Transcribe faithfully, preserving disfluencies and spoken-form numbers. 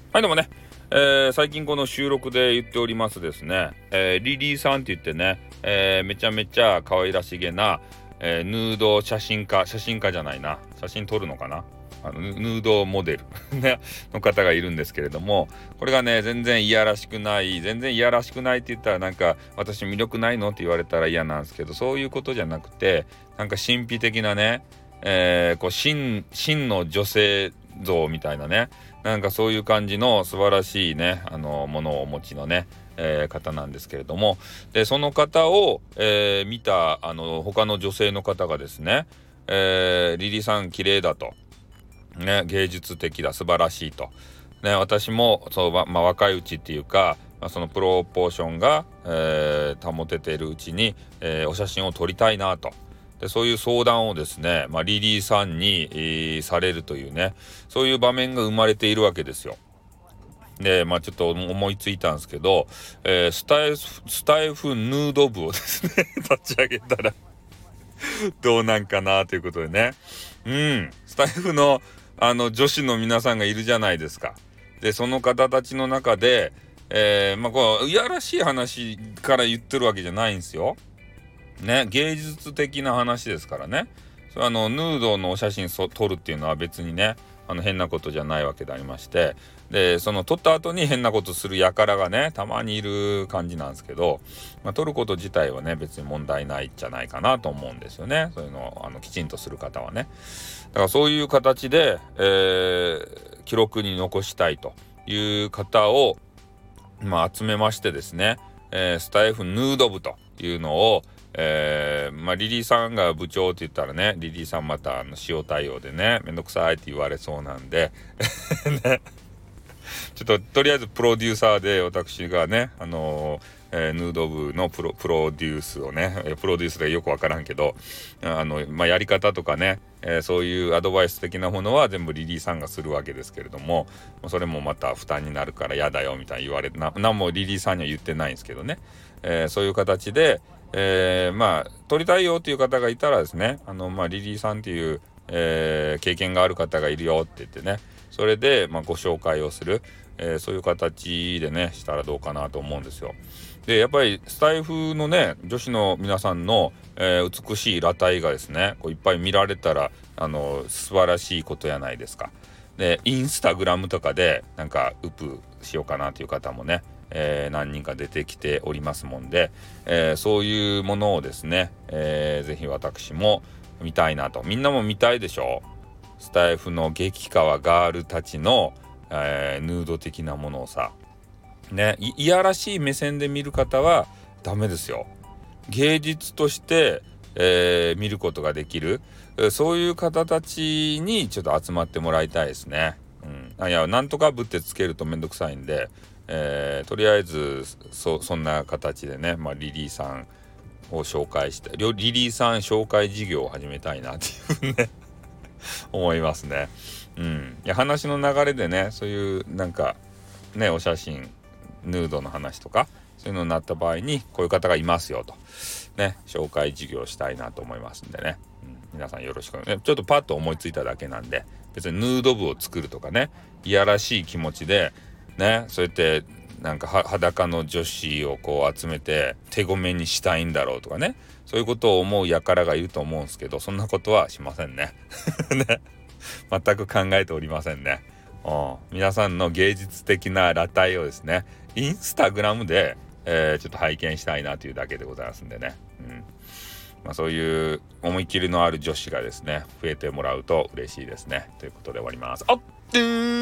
はいどうもね、えー、最近この収録で言っておりますですね、えー、リリーさんって言ってね、えー、めちゃめちゃ可愛らしげな、えー、ヌード写真家写真家じゃないな写真撮るのかなあのヌードモデルの方がいるんですけれども、これがね全然いやらしくない全然いやらしくないって言ったらなんか私魅力ないのって言われたら嫌なんですけど、そういうことじゃなくてなんか神秘的なね、えー、こう真真の女性像みたいなね、なんかそういう感じの素晴らしいねあのものをお持ちのね、えー、方なんですけれども、でその方を、えー、見たあの他の女性の方がですね、えー、リリーさん綺麗だとね、芸術的だ素晴らしいとね、私もそう、ままあ、若いうちっていうか、まあ、そのプロポーションが、えー、保てているうちに、えー、お写真を撮りたいなと。でそういう相談をですね、まあ、リリーさんに、えー、されるというね、そういう場面が生まれているわけですよ。でまあちょっと思いついたんですけど、えー、スタイフスタイフヌード部をですね立ち上げたらどうなんかなということでね、うんスタイフのあの女子の皆さんがいるじゃないですか。でその方たちの中で、えー、まあこういやらしい話から言ってるわけじゃないんですよ。ね、芸術的な話ですからね。それあのヌードのお写真そ撮るっていうのは別にねあの変なことじゃないわけでありまして、でその撮った後に変なことする輩がねたまにいる感じなんですけど、まあ、撮ること自体はね別に問題ないんじゃないかなと思うんですよね。そういうのをあのきちんとする方はね。だからそういう形で、えー、記録に残したいという方を、まあ、集めましてですね、えー、スタイフヌード部というのを、えー、まあリリーさんが部長って言ったらね、リリーさんまたあの塩対応でねめんどくさいって言われそうなんでね、ちょっととりあえずプロデューサーで私がねあのーえー、ヌード部のプロプロデュースをねプロデュースでよくわからんけどあの、まあ、やり方とかね、えー、そういうアドバイス的なものは全部リリーさんがするわけですけれども、それもまた負担になるから嫌だよみたいに言われてな何もリリーさんには言ってないんですけどね、えー、そういう形で、えー、まあ撮りたいよっていう方がいたらですね、あの、まあ、リリーさんっていう、えー、経験がある方がいるよって言ってね、それで、まあ、ご紹介をする、えー、そういう形でねしたらどうかなと思うんですよ。でやっぱりスタイフのね女子の皆さんの、えー、美しい裸体がですねこういっぱい見られたらあの素晴らしいことやないですか。でインスタグラムとかでなんかウプしようかなという方もね、えー、何人か出てきておりますもんで、えー、そういうものをですね、えー、ぜひ私も見たいなと。みんなも見たいでしょ。スタイフの激川ガールたちの、えー、ヌード的なものをさね、い, いやらしい目線で見る方はダメですよ。芸術として、えー、見ることができる、そういう方たちにちょっと集まってもらいたいですね。うん、あいやなんとかぶってつけるとめんどくさいんで、えー、とりあえず そ, そんな形でね、まあ、リリーさんを紹介してリリーさん紹介事業を始めたいなっていうね思いますね。うん、いや話の流れでねそういうなんかねお写真ヌードの話とかそういうのになった場合にこういう方がいますよとね紹介事業したいなと思いますんでね、うん、皆さんよろしくね。ちょっとパッと思いついただけなんで別にヌード部を作るとかねいやらしい気持ちでねそうやってなんか裸の女子をこう集めて手ごめにしたいんだろうとかね、そういうことを思う輩がいると思うんですけど、そんなことはしませんねね全く考えておりませんね。皆さんの芸術的な裸体をですねインスタグラムで、えー、ちょっと拝見したいなというだけでございますんでね、うんまあ、そういう思い切りのある女子がですね増えてもらうと嬉しいですねということで終わります。あっ